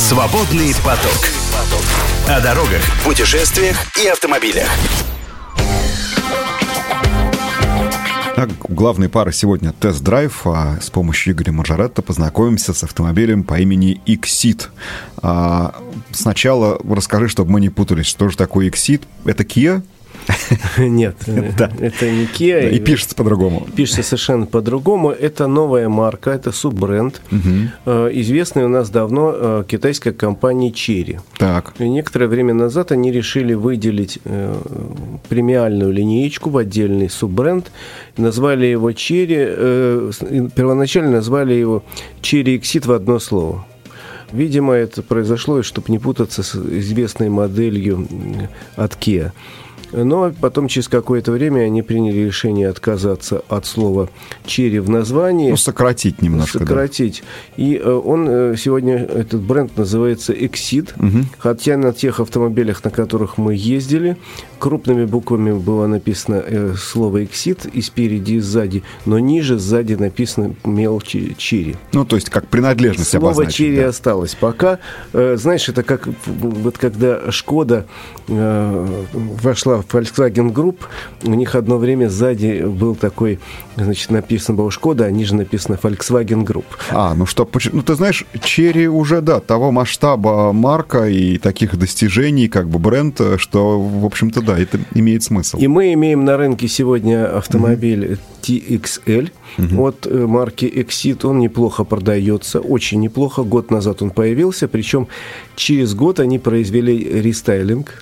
Свободный поток. О дорогах, путешествиях и автомобилях. Главной парой сегодня тест-драйв. С помощью Игоря Маржаретто познакомимся с автомобилем по имени Exeed. Сначала расскажи, чтобы мы не путались, что же такое Exeed. Это Kia? Нет, это не Kia. И пишется по-другому. Пишется совершенно по-другому. Это новая марка, это суббренд, известный у нас давно китайской компании Chery. Так. И некоторое время назад они решили выделить премиальную линеечку в отдельный суббренд. Назвали его Chery, первоначально назвали его Chery Exeed в одно слово. Видимо, это произошло, чтобы не путаться с известной моделью от Kia. Но потом, через какое-то время, они приняли решение отказаться от слова «Chery» в названии. Сократить немножко. Сократить. Да. И он сегодня, этот бренд называется Exeed. Хотя на тех автомобилях, на которых мы ездили, крупными буквами было написано слово Exeed и спереди, и сзади. Но ниже, сзади написано мелче Chery. Ну, то есть, как принадлежность обозначить. Слово Chery осталось. Пока, знаешь, это как вот когда Шкода вошла в Volkswagen Group, у них одно время сзади был такой, значит, написано было Шкода, а ниже написано Volkswagen Group. Ну, ты знаешь, Chery уже, да, того масштаба марка и таких достижений, как бы бренд, что, в общем-то, да, это имеет смысл. И мы имеем на рынке сегодня автомобиль TXL от марки Exeed. Он неплохо продается, очень неплохо. Год назад он появился, причем через год они произвели рестайлинг.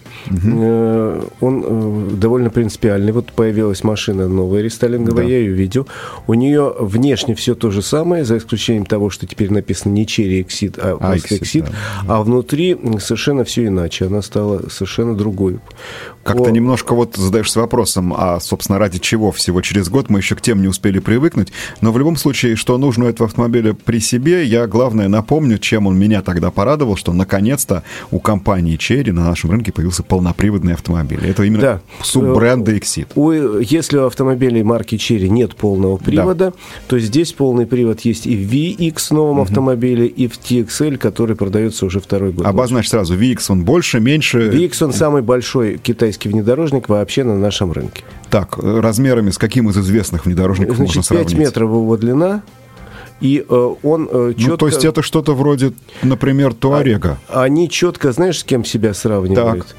Он довольно принципиальный. Вот появилась машина новая рестайлинговая, да. Я ее видел. У нее внешне все то же самое, за исключением того, что теперь написано не Chery Exeed, а просто Exeed. Да. А внутри совершенно все иначе. Она стала совершенно другой. Как-то немножко вот задаешься вопросом, а, собственно, ради чего всего через год мы еще к тем не успели привыкнуть. Но в любом случае, что нужно у этого автомобиля при себе, я, главное, напомню, чем он меня тогда порадовал, что наконец-то у компании Chery на нашем рынке появился полноприводный автомобиль. Это именно суббренда Exeed. Если у автомобилей марки Chery нет полного привода, то здесь полный привод есть и в VX новом автомобиле, и в TXL, который продается уже второй год. Обозначь сразу, VX он больше, меньше? VX он самый большой китайский внедорожник вообще на нашем рынке. Так, размерами с каким из известных внедорожников можно сравнить? 5 метров его длина. И он четко... Ну, то есть это что-то вроде, например, Туарега. Они четко, знаешь, с кем себя сравнивают?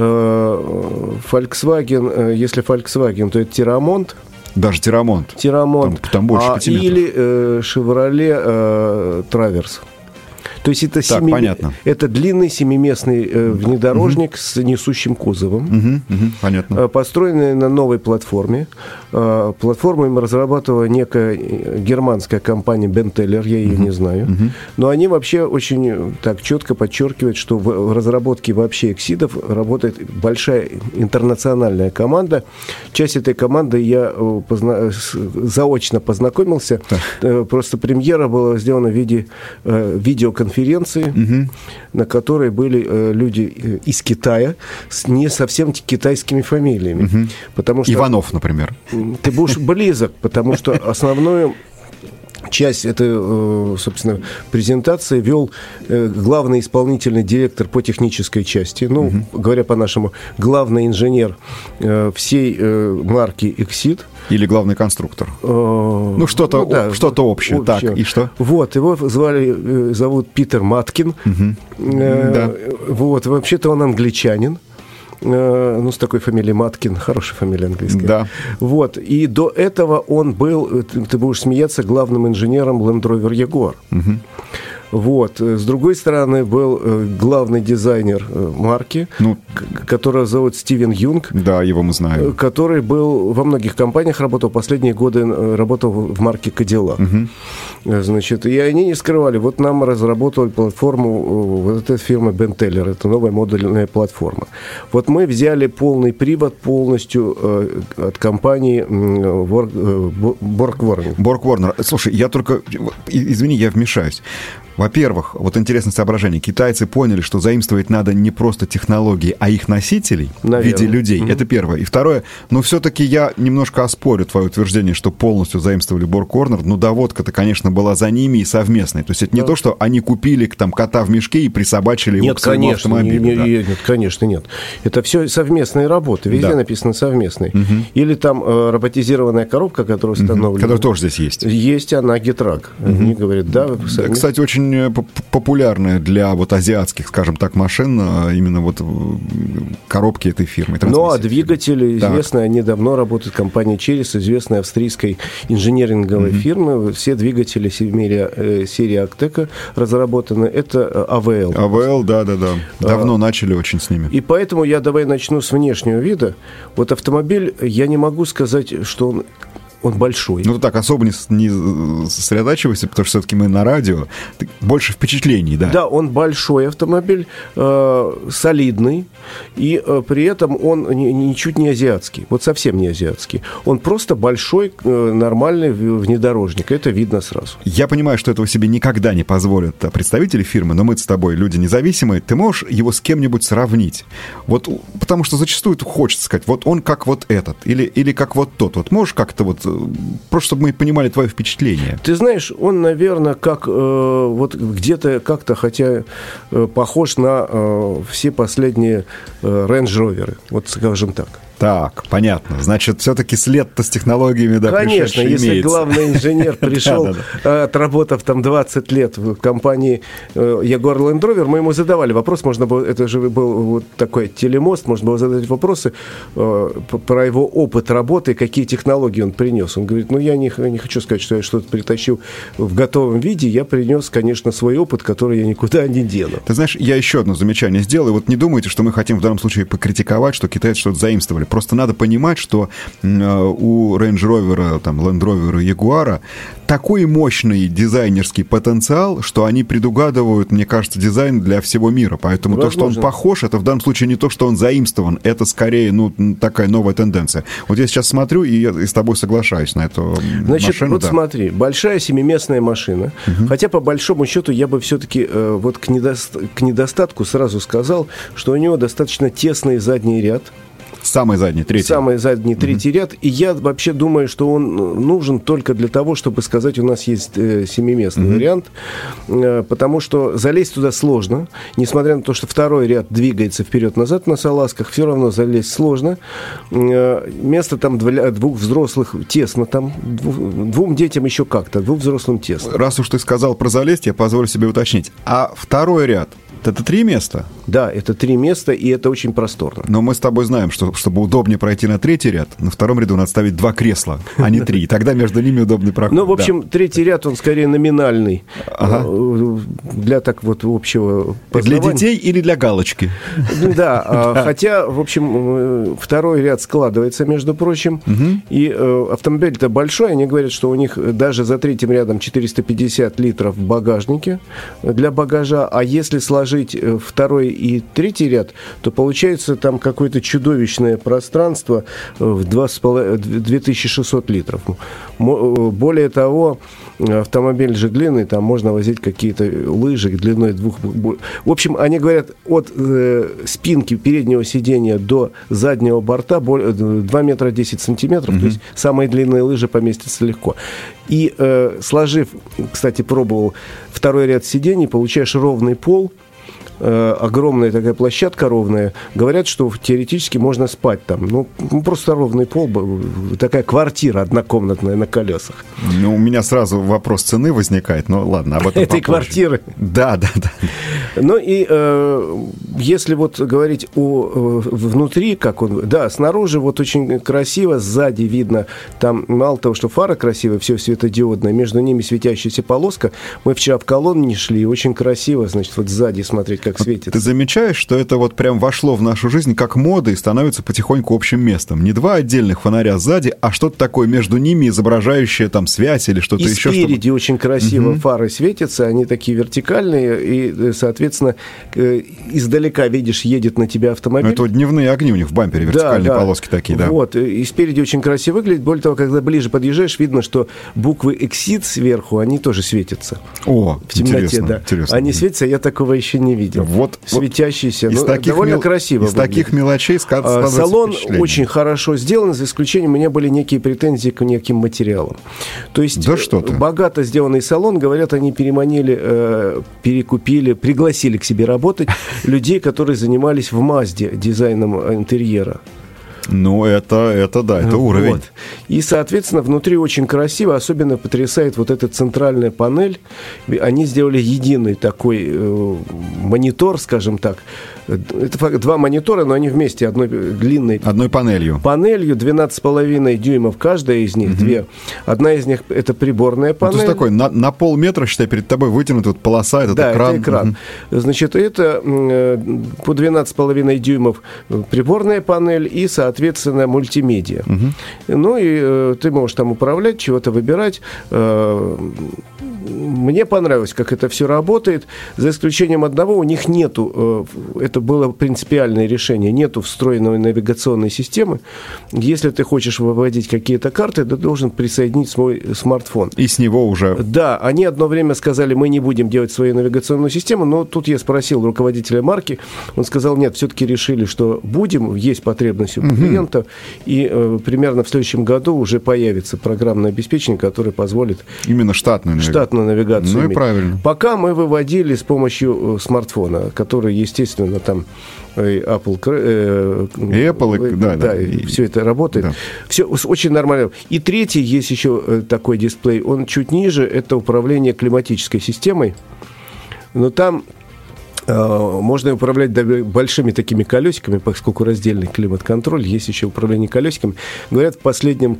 Volkswagen, если Volkswagen, то это Тирамонт. Даже Тирамонт. Там больше 5 метров. Или Chevrolet Traverse. То есть это длинный семиместный внедорожник с несущим кузовом, понятно. Построенный на новой платформе. Платформу им разрабатывала некая германская компания Benteler, я ее не знаю. Но они вообще очень так четко подчеркивают, что в разработке вообще Exeed'ов работает большая интернациональная команда. Часть этой команды я заочно познакомился. Просто премьера была сделана в виде видеоконференции, на которой были люди из Китая с не совсем китайскими фамилиями. Потому что Иванов, например. Ты будешь близок, потому что основную часть этой, собственно, презентации вел главный исполнительный директор по технической части, говоря по-нашему, главный инженер всей марки Exeed. Или главный конструктор. Что-то общее. Так, и что? Вот, его зовут Питер Маткин. Вот, вообще-то он англичанин. С такой фамилией Маткин, хорошая фамилия английская. Да. Вот, и до этого он был, ты будешь смеяться, главным инженером Land Rover Jaguar. Вот. С другой стороны, был главный дизайнер марки, которого зовут Стивен Юнг. Да, его мы знаем. Который был во многих компаниях работал, последние годы работал в марке Cadillac. Значит, и они не скрывали, вот нам разработали платформу вот этой фирмы Benteler, это новая модульная платформа. Вот мы взяли полный привод полностью от компании BorgWarner. BorgWarner. Слушай, я только, извини, я вмешаюсь. Во-первых, вот интересное соображение. Китайцы поняли, что заимствовать надо не просто технологии, а их носителей в виде людей. Это первое. И второе, но все-таки я немножко оспорю твое утверждение, что полностью заимствовали Borg Warner. Ну, доводка-то, конечно, была за ними и совместной. То есть это не то, что они купили там кота в мешке и присобачили его к своему автомобилю. Нет, конечно, нет. Это все совместные работы. Везде написано совместные. Или там роботизированная коробка, которая установлена. Которая тоже здесь есть. Есть она, Getrag. Они говорят, да. Кстати, очень популярная для вот азиатских, скажем так, машин именно вот коробки этой фирмы. Ну, а двигатели известные, они давно работают. Компания Chery, известной австрийской инженеринговой фирмы. Все двигатели серии Actec разработаны. Это AVL. AVL, да. Давно начали очень с ними. И поэтому я давай начну с внешнего вида. Вот автомобиль, я не могу сказать, что он большой. Ну, так особо не сосредотачивайся, потому что все-таки мы на радио. Больше впечатлений, да. Да, он большой автомобиль, солидный, и при этом он ничуть не азиатский. Вот совсем не азиатский. Он просто большой, нормальный внедорожник. Это видно сразу. Я понимаю, что этого себе никогда не позволят представители фирмы, но мы с тобой люди независимые. Ты можешь его с кем-нибудь сравнить? Вот, потому что зачастую хочется сказать, вот он как вот этот, или как вот тот. Вот можешь как-то вот просто чтобы мы понимали твое впечатление. Ты знаешь, он, наверное, как вот где-то как-то, хотя похож на все последние Range Rover, вот скажем так. Так, понятно. Значит, все-таки след-то с технологиями, да, конечно, если имеется. Главный инженер пришел, отработав там 20 лет в компании Jaguar Land Rover, мы ему задавали вопрос, можно было, это же был вот такой телемост, можно было задать вопросы про его опыт работы, какие технологии он принес. Он говорит, ну, я не хочу сказать, что я что-то притащил в готовом виде, я принес, конечно, свой опыт, который я никуда не дену. Ты знаешь, я еще одно замечание сделаю. Вот не думайте, что мы хотим в данном случае покритиковать, что китайцы что-то заимствовали. Просто надо понимать, что у Range Rover, там, Land Rover и Jaguar такой мощный дизайнерский потенциал, что они предугадывают, мне кажется, дизайн для всего мира. Поэтому то, что он похож, это в данном случае не то, что он заимствован. Это скорее, ну, такая новая тенденция. Вот я сейчас смотрю и с тобой соглашаюсь на эту машину. Вот смотри, большая семиместная машина. Хотя, по большому счету, я бы все-таки вот к недостатку сразу сказал, что у него достаточно тесный задний ряд. Самый задний, третий. Самый задний, третий ряд. И я вообще думаю, что он нужен только для того, чтобы сказать, у нас есть семиместный вариант. Потому что залезть туда сложно. Несмотря на то, что второй ряд двигается вперед-назад на салазках, все равно залезть сложно. Место там для двух взрослых тесно. Там двум детям еще как-то, двум взрослым тесно. Раз уж ты сказал про залезть, я позволю себе уточнить. А второй ряд? Это 3 места? Да, это 3 места, и это очень просторно. Но мы с тобой знаем, что чтобы удобнее пройти на третий ряд, на втором ряду надо ставить 2 кресла, а не 3. Тогда между ними удобный проход. Ну, в общем, третий ряд, он скорее номинальный. Для так вот общего познавания. Для детей или для галочки? Да, хотя, в общем, второй ряд складывается, между прочим. И автомобиль-то большой. Они говорят, что у них даже за третьим рядом 450 литров в багажнике для багажа. А если сложить второй и третий ряд, то получается там какое-то чудовищное пространство в 2600 литров. Более того, автомобиль же длинный, там можно возить какие-то лыжи длиной 2... В общем, они говорят, от спинки переднего сидения до заднего борта 2 метра 10 сантиметров, то есть самые длинные лыжи поместятся легко. И сложив, кстати, пробовал второй ряд сидений, получаешь ровный пол, огромная такая площадка ровная. Говорят, что теоретически можно спать там. Ну, просто ровный пол, такая квартира однокомнатная на колесах. Ну, у меня сразу вопрос цены возникает, но ладно, об этом этой попозже. Квартиры? Да. Ну, и если вот говорить внутри, как он... Да, снаружи вот очень красиво, сзади видно, там мало того, что фара красивая, все светодиодное, между ними светящаяся полоска. Мы вчера в колонне шли, очень красиво, значит, вот сзади смотреть, как светится. Ты замечаешь, что это вот прям вошло в нашу жизнь как мода и становится потихоньку общим местом. Не 2 отдельных фонаря сзади, а что-то такое между ними, изображающее там связь или что-то еще. И спереди очень красиво фары светятся, они такие вертикальные, и, соответственно, соответственно, издалека видишь, едет на тебя автомобиль. Это дневные огни у них в бампере, вертикальные полоски такие, да. Вот, и спереди очень красиво выглядит. Более того, когда ближе подъезжаешь, видно, что буквы «Exit» сверху, они тоже светятся. О, в темноте, интересно. Они светятся, я такого еще не видел. Вот, светящиеся, довольно красиво. Из таких мелочей складывается салон впечатление. очень хорошо сделан, за исключением у меня были некие претензии к неким материалам. То есть богато сделанный салон, говорят, они переманили, перекупили, пригласили к себе работать людей, которые занимались в Мазде дизайном интерьера. Ну, это уровень. Вот. И, соответственно, внутри очень красиво, особенно потрясает вот эта центральная панель. Они сделали единый такой монитор, скажем так. Это два монитора, но они вместе, одной длинной... Одной панелью. Панелью, 12,5 дюймов, каждая из них, две. Одна из них — это приборная панель. То есть такой, на полметра, считай, перед тобой вытянута вот полоса, этот экран. Да, это экран. Значит, это по 12,5 дюймов приборная панель и, соответственно, мультимедиа. Ну и ты можешь там управлять, чего-то выбирать. Мне понравилось, как это все работает. За исключением одного, у них нету, это было принципиальное решение, нету встроенной навигационной системы. Если ты хочешь выводить какие-то карты, ты должен присоединить свой смартфон. И с него уже... Да, они одно время сказали, мы не будем делать свою навигационную систему, но тут я спросил руководителя марки, он сказал, нет, все-таки решили, что будем, есть потребность у клиента, и примерно в следующем году уже появится программное обеспечение, которое позволит... Именно штатную навигацию. Ну и правильно. Пока мы выводили с помощью смартфона, который, естественно, там Apple, и все это работает. Да. Все очень нормально. И третий, есть еще такой дисплей, он чуть ниже, это управление климатической системой. Но там можно управлять большими такими колесиками, поскольку раздельный климат-контроль, есть еще управление колесиками. Говорят, в последних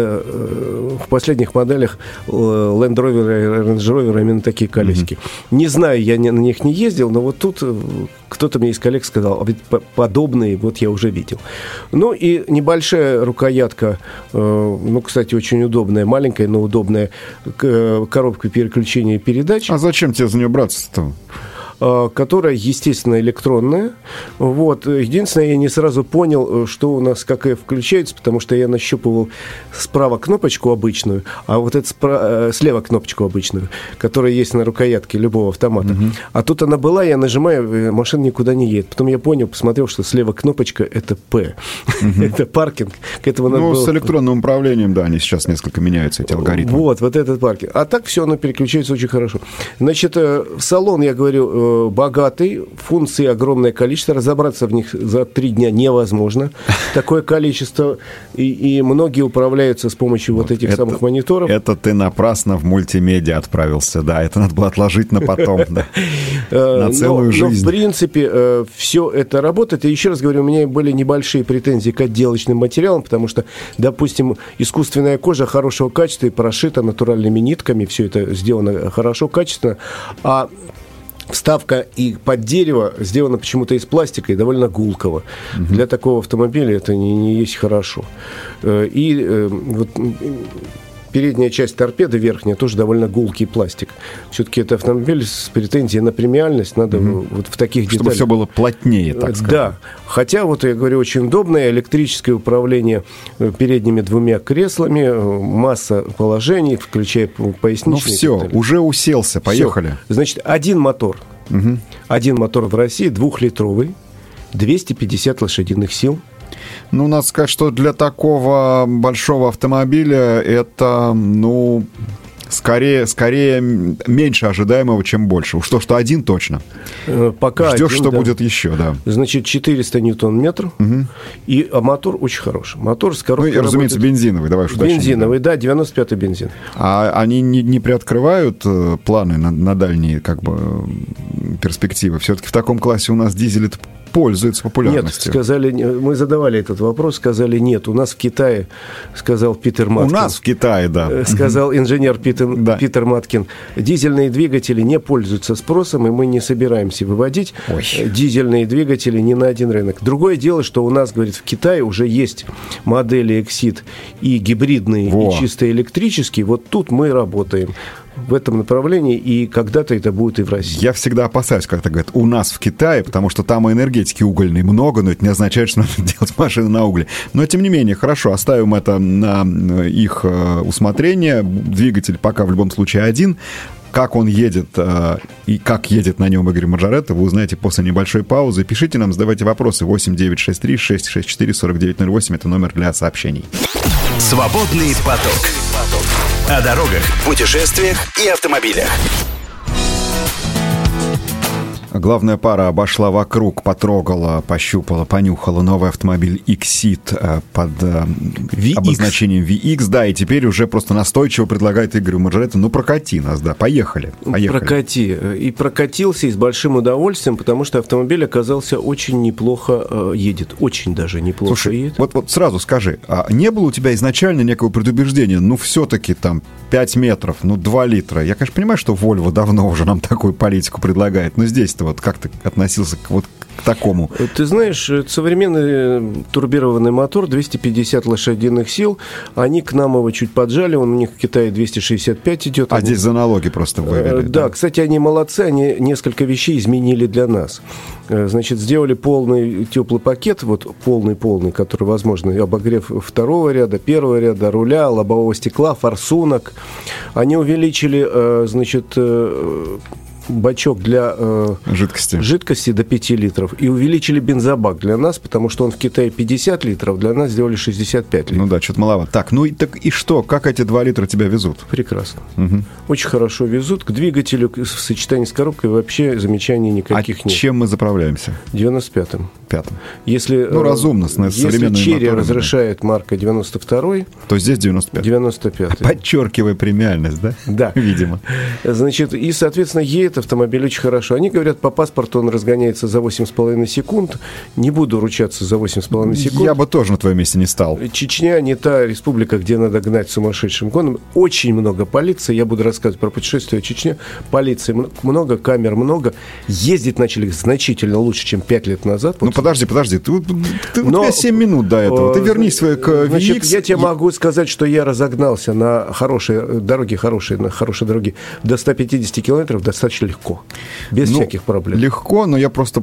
моделях Land Rover и Range Rover именно такие колесики. Не знаю, я на них не ездил, но вот тут кто-то мне из коллег сказал, а ведь подобные вот я уже видел. Ну и небольшая рукоятка, ну, кстати, очень удобная, маленькая, но удобная коробка переключения передач. А зачем тебе за нее браться-то? Которая, естественно, электронная. Вот. Единственное, я не сразу понял, что у нас какая включается, потому что я нащупывал справа кнопочку обычную, а вот это слева кнопочку обычную, которая есть на рукоятке любого автомата. А тут она была, я нажимаю, машина никуда не едет. Потом я понял, посмотрел, что слева кнопочка — это П. Это паркинг. К этому надо было... с электронным управлением, да, они сейчас несколько меняются, эти алгоритмы. Вот этот паркинг. А так все, оно переключается очень хорошо. Значит, салон, я говорю, богатый, функций огромное количество, разобраться в них за 3 дня невозможно. Такое количество, и многие управляются с помощью вот этих самых мониторов. Это ты напрасно в мультимедиа отправился, да, это надо было отложить на потом, на целую жизнь. Но, в принципе, все это работает. И еще раз говорю, у меня были небольшие претензии к отделочным материалам, потому что, допустим, искусственная кожа хорошего качества и прошита натуральными нитками, все это сделано хорошо, качественно, а вставка и под дерево сделана почему-то из пластика и довольно гулкого. Для такого автомобиля это не есть хорошо. И вот передняя часть торпеды, верхняя, тоже довольно гулкий пластик. Все-таки это автомобиль с претензией на премиальность. Надо вот в таких деталях... Чтобы все было плотнее, так сказать. Да. Хотя, вот я говорю, очень удобное электрическое управление передними 2 креслами, масса положений, включая поясничные. Ну все, уже уселся, поехали. Все. Значит, один мотор. Один мотор в России, 2-литровый, 250 лошадиных сил. Ну, надо сказать, что для такого большого автомобиля это, ну, скорее меньше ожидаемого, чем больше. Уж что один точно. Пока ждешь, один, что да. будет еще, да. Значит, 400 ньютон-метров, и мотор очень хороший. Мотор с коробкой. Ну, и, разумеется, бензиновый, давай уж уточним. Бензиновый, да, 95-й бензин. А они не приоткрывают планы на дальние, как бы, перспективы? Все-таки в таком классе у нас дизель пользуется популярностью. Нет, сказали, мы задавали этот вопрос, сказали нет. У нас в Китае, сказал Питер Маткин. У нас в Китае, да. Сказал инженер Питер Маткин, дизельные двигатели не пользуются спросом, и мы не собираемся выводить дизельные двигатели ни на один рынок. Другое дело, что у нас, говорит, в Китае уже есть модели Exit и гибридные, и чисто электрические. Вот тут мы работаем. в этом направлении, и когда-то это будет и в России. Я всегда опасаюсь, когда говорят, у нас в Китае, потому что там и энергетики угольной много, но это не означает, что надо делать машины на угле. Но, тем не менее, хорошо, оставим это на их усмотрение. Двигатель пока в любом случае один. Как он едет и как едет на нем Игорь Маржаретта, вы узнаете после небольшой паузы. Пишите нам, задавайте вопросы. 8-963-664-4908. Это номер для сообщений. Свободный поток. О дорогах, путешествиях и автомобилях. Главная пара обошла вокруг, потрогала, пощупала, понюхала новый автомобиль Exit под обозначением VX, да, и теперь уже просто настойчиво предлагает Игорю Маржаретта, ну, прокати нас, да, поехали. Прокати. И прокатился, и с большим удовольствием, потому что автомобиль оказался очень неплохо едет, очень даже неплохо. Слушай, едет. Вот сразу скажи, а не было у тебя изначально некого предубеждения, ну, все-таки там 5 метров, ну, 2 литра? Я, конечно, понимаю, что Volvo давно уже нам такую политику предлагает, но здесь-то вот как ты относился к такому? Ты знаешь, современный турбированный мотор, 250 лошадиных сил, они к нам его чуть поджали, он у них в Китае 265 идет. А здесь за налоги просто вывели. Да, кстати, они молодцы, они несколько вещей изменили для нас. Значит, сделали полный теплый пакет, вот полный, который возможно, обогрев второго ряда, первого ряда, руля, лобового стекла, форсунок. Они увеличили, значит, бачок для жидкости до 5 литров и увеличили бензобак для нас, потому что он в Китае 50 литров, для нас сделали 65 литров. Ну да, что-то маловато. Так, ну и что? Как эти 2 литра тебя везут? Прекрасно. Угу. Очень хорошо везут. К двигателю в сочетании с коробкой вообще замечаний никаких нет. Чем мы заправляемся? 95-м. Если, разумно, с современными если Черри моторами, разрешает марка 92-й, то здесь 95-й. Подчеркивая премиальность, да? Да. Видимо. Значит, и, соответственно, едет автомобиль очень хорошо. Они говорят, по паспорту он разгоняется за 8,5 секунд. Не буду ручаться за 8,5 секунд. Я бы тоже на твоем месте не стал. Чечня не та республика, где надо гнать сумасшедшим гоном. Очень много полиции. Я буду рассказывать про путешествие в Чечне. Полиции много, камер много. Ездить начали значительно лучше, чем 5 лет назад. Ну, подожди. Ты у тебя 7 минут до этого. Ты вернись к VX. Значит, я тебе могу сказать, что я разогнался на хорошей дороге, до 150 километров достаточно легко. Без всяких проблем. Легко, но я просто,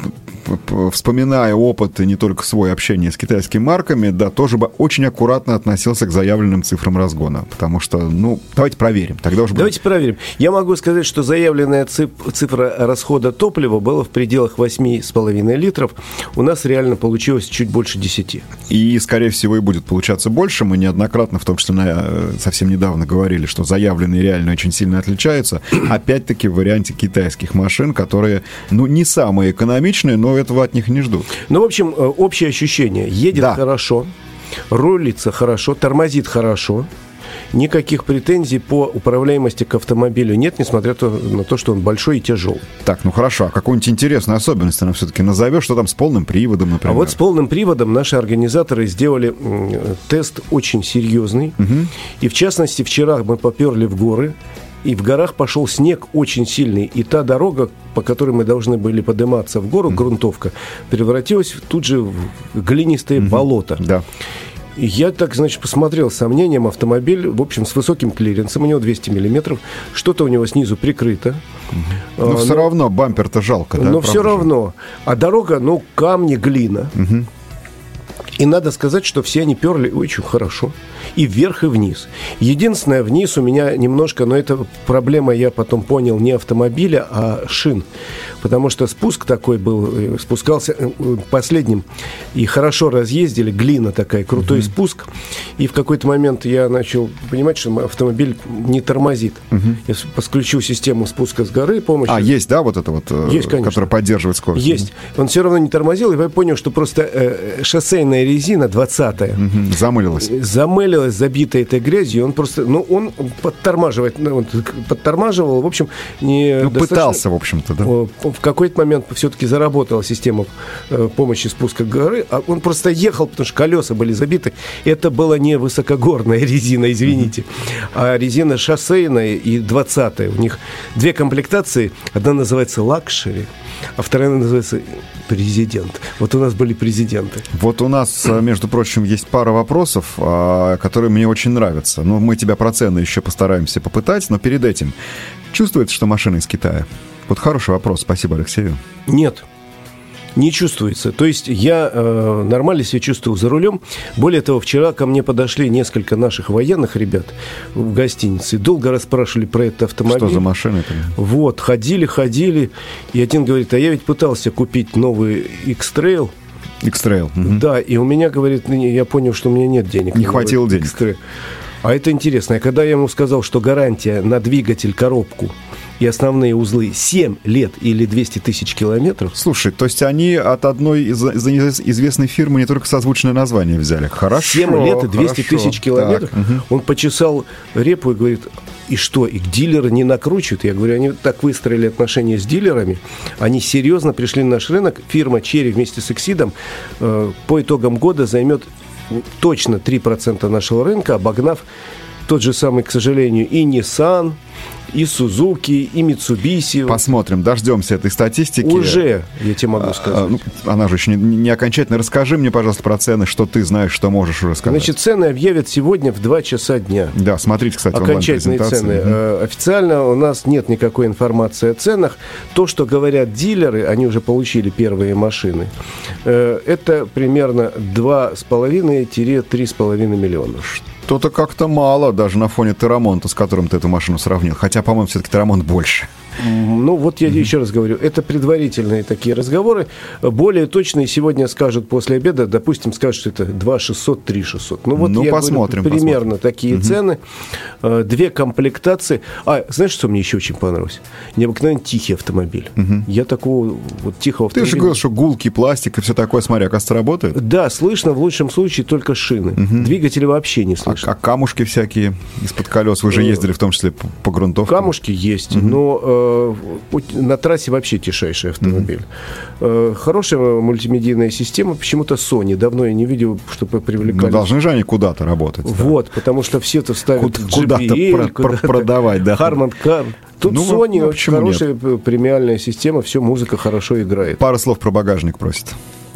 вспоминая опыт и не только свой общение с китайскими марками, да, тоже бы очень аккуратно относился к заявленным цифрам разгона. Потому что, давайте проверим. Давайте проверим. Я могу сказать, что заявленная цифра расхода топлива была в пределах 8,5 литров. У нас реально получилось чуть больше 10. И, скорее всего, и будет получаться больше. Мы неоднократно, в том числе совсем недавно говорили, что заявленные реально очень сильно отличаются. Опять-таки в варианте китайских машин, которые, не самые экономичные, но этого от них не ждут. В общем, общее ощущение. Едет хорошо, рулится хорошо, тормозит хорошо. Никаких претензий по управляемости к автомобилю нет, несмотря на то, что он большой и тяжелый. Так, хорошо. А какую-нибудь интересную особенность нам все-таки назовешь? Что там с полным приводом, например? А вот с полным приводом наши организаторы сделали тест очень серьезный. Угу. И, в частности, вчера мы поперли в горы. И в горах пошел снег очень сильный. И та дорога, по которой мы должны были подниматься в гору, грунтовка, превратилась тут же в глинистое болото. Да. И я так, посмотрел с сомнением автомобиль, в общем, с высоким клиренсом, у него 200 миллиметров, что-то у него снизу прикрыто. Но все равно бампер-то жалко, да? Но все равно. А дорога, камни, глина. Угу. И надо сказать, что все они перли очень хорошо. И вверх, и вниз. Единственное, вниз у меня немножко, но это проблема, я потом понял, не автомобиля, а шин. Потому что спуск такой был, спускался последним, и хорошо разъездили, глина такая, крутой спуск. И в какой-то момент я начал понимать, что автомобиль не тормозит. Я подключил систему спуска с горы помощью. Есть, да, вот это вот, есть, которая поддерживает скорость? Есть. Он все равно не тормозил, и я понял, что просто шоссейная резина 20-я замылилась, забитая этой грязью. Он просто, он подтормаживал, в общем, пытался, в общем-то, да. В какой-то момент все-таки заработала система помощи спуска горы, а он просто ехал, потому что колеса были забиты. Это была не высокогорная резина, извините, а резина шоссейная и 20-я. У них две комплектации. Одна называется «Лакшери», а вторая называется «Президент». Вот у нас были президенты. Вот у нас нас, между прочим, есть пара вопросов, которые мне очень нравятся. Ну, мы тебя про цены еще постараемся попытать, но перед этим. Чувствуется, что машина из Китая? Вот хороший вопрос. Спасибо, Алексею. Нет. Не чувствуется. То есть я нормально себя чувствую за рулем. Более того, вчера ко мне подошли несколько наших военных ребят в гостинице. Долго расспрашивали про этот автомобиль. Что за машина это? Вот, ходили. И один говорит, а я ведь пытался купить новый X-Trail. X-Trail. Угу. Да, и у меня, говорит, я понял, что у меня нет денег. Не хватило денег. X-Trail. А это интересно. И когда я ему сказал, что гарантия на двигатель, коробку и основные узлы 7 лет или 200 тысяч километров. Слушай, то есть они от одной из известной фирмы не только созвучное название взяли. Хорошо. 7 лет и 200 тысяч километров. Так, он почесал репу и говорит, и что, их дилеры не накручивают? Я говорю, они так выстроили отношения с дилерами, они серьезно пришли на наш рынок. Фирма Chery вместе с Exceed по итогам года займет точно 3% нашего рынка, обогнав тот же самый, к сожалению, и Nissan, и Suzuki, и Mitsubishi. Посмотрим, дождемся этой статистики. Уже, я тебе могу сказать. Она же еще не окончательно. Расскажи мне, пожалуйста, про цены, что ты знаешь, что можешь уже сказать. Значит, цены объявят сегодня в 2 часа дня. Да, смотрите, кстати, окончательные цены. Официально у нас нет никакой информации о ценах. То, что говорят дилеры, они уже получили первые машины, это примерно 2,5-3,5 миллиона. Что-то как-то мало, даже на фоне Террамонта, с которым ты эту машину сравнил. Хотя, по-моему, все-таки Террамонт больше. Ну, вот я еще раз говорю, это предварительные такие разговоры. Более точные сегодня скажут после обеда, допустим, скажут, что это 2,600, 3,600. Ну, вот я посмотрим, говорю, примерно такие цены. 2 комплектации. Знаешь, что мне еще очень понравилось? Необыкновенно тихий автомобиль. Я такого вот тихого автомобиля... Ты же говорил, что гулкий, пластик и все такое, смотри, оказывается, работает? Да, слышно в лучшем случае только шины. Двигатели вообще не слышно. А камушки всякие из-под колес? Вы же ездили в том числе по грунтовкам? Камушки есть, но на трассе вообще тишайший автомобиль. Хорошая мультимедийная система. Почему-то Sony. Давно я не видел, чтобы привлекали. Но должны же они куда-то работать. Вот, да. Потому что все это ставят JBL, куда-то продавать. Да. Harman Kardon. Тут Sony очень хорошая премиальная система. Все, музыка хорошо играет. Пару слов про багажник просит.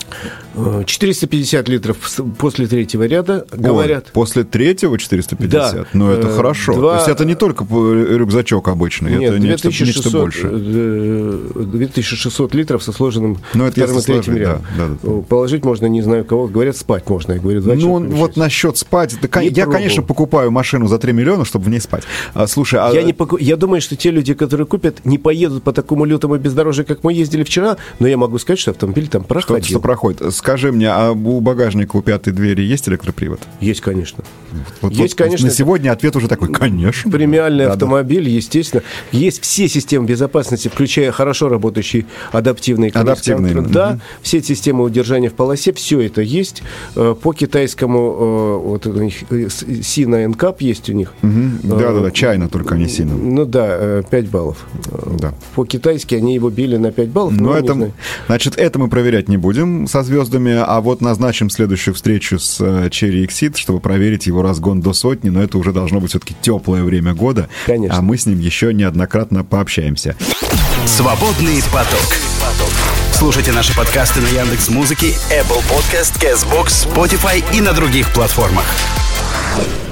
450 литров после 3-го ряда, говорят. После 3-го 450? Да. Ну, это хорошо. То есть это не только рюкзачок обычный, нет, это нечто большее. 2600 литров со сложенным вторым и третьим рядом. Да. Положить можно, не знаю кого, говорят, спать можно. Я говорю, вот насчет спать. Я, конечно, покупаю машину за 3 миллиона, чтобы в ней спать. Слушай, я думаю, что те люди, которые купят, не поедут по такому лютому бездорожью, как мы ездили вчера, но я могу сказать, что автомобиль там проходил. Что проходит. Скажи мне, а у багажника у 5-й двери есть электропривод? Есть, конечно. Конечно. На сегодня ответ уже такой, конечно. Премиальный автомобиль, естественно. Есть все системы безопасности, включая хорошо работающий адаптивный контроль. Да, все системы удержания в полосе, все это есть. По китайскому, вот у них Sina NCAP есть у них. Да, China, только не Sina. Ну да, 5 баллов. Да. По-китайски они его били на 5 баллов. Значит, это мы проверять не будем со звездами, а вот назначим следующую встречу с Chery Exceed, чтобы проверить его разгон до 100, но это уже должно быть все-таки теплое время года. Конечно. А мы с ним еще неоднократно пообщаемся. Свободный поток. Слушайте наши подкасты на Яндекс.Музыке, Apple Podcast, Castbox, Spotify и на других платформах.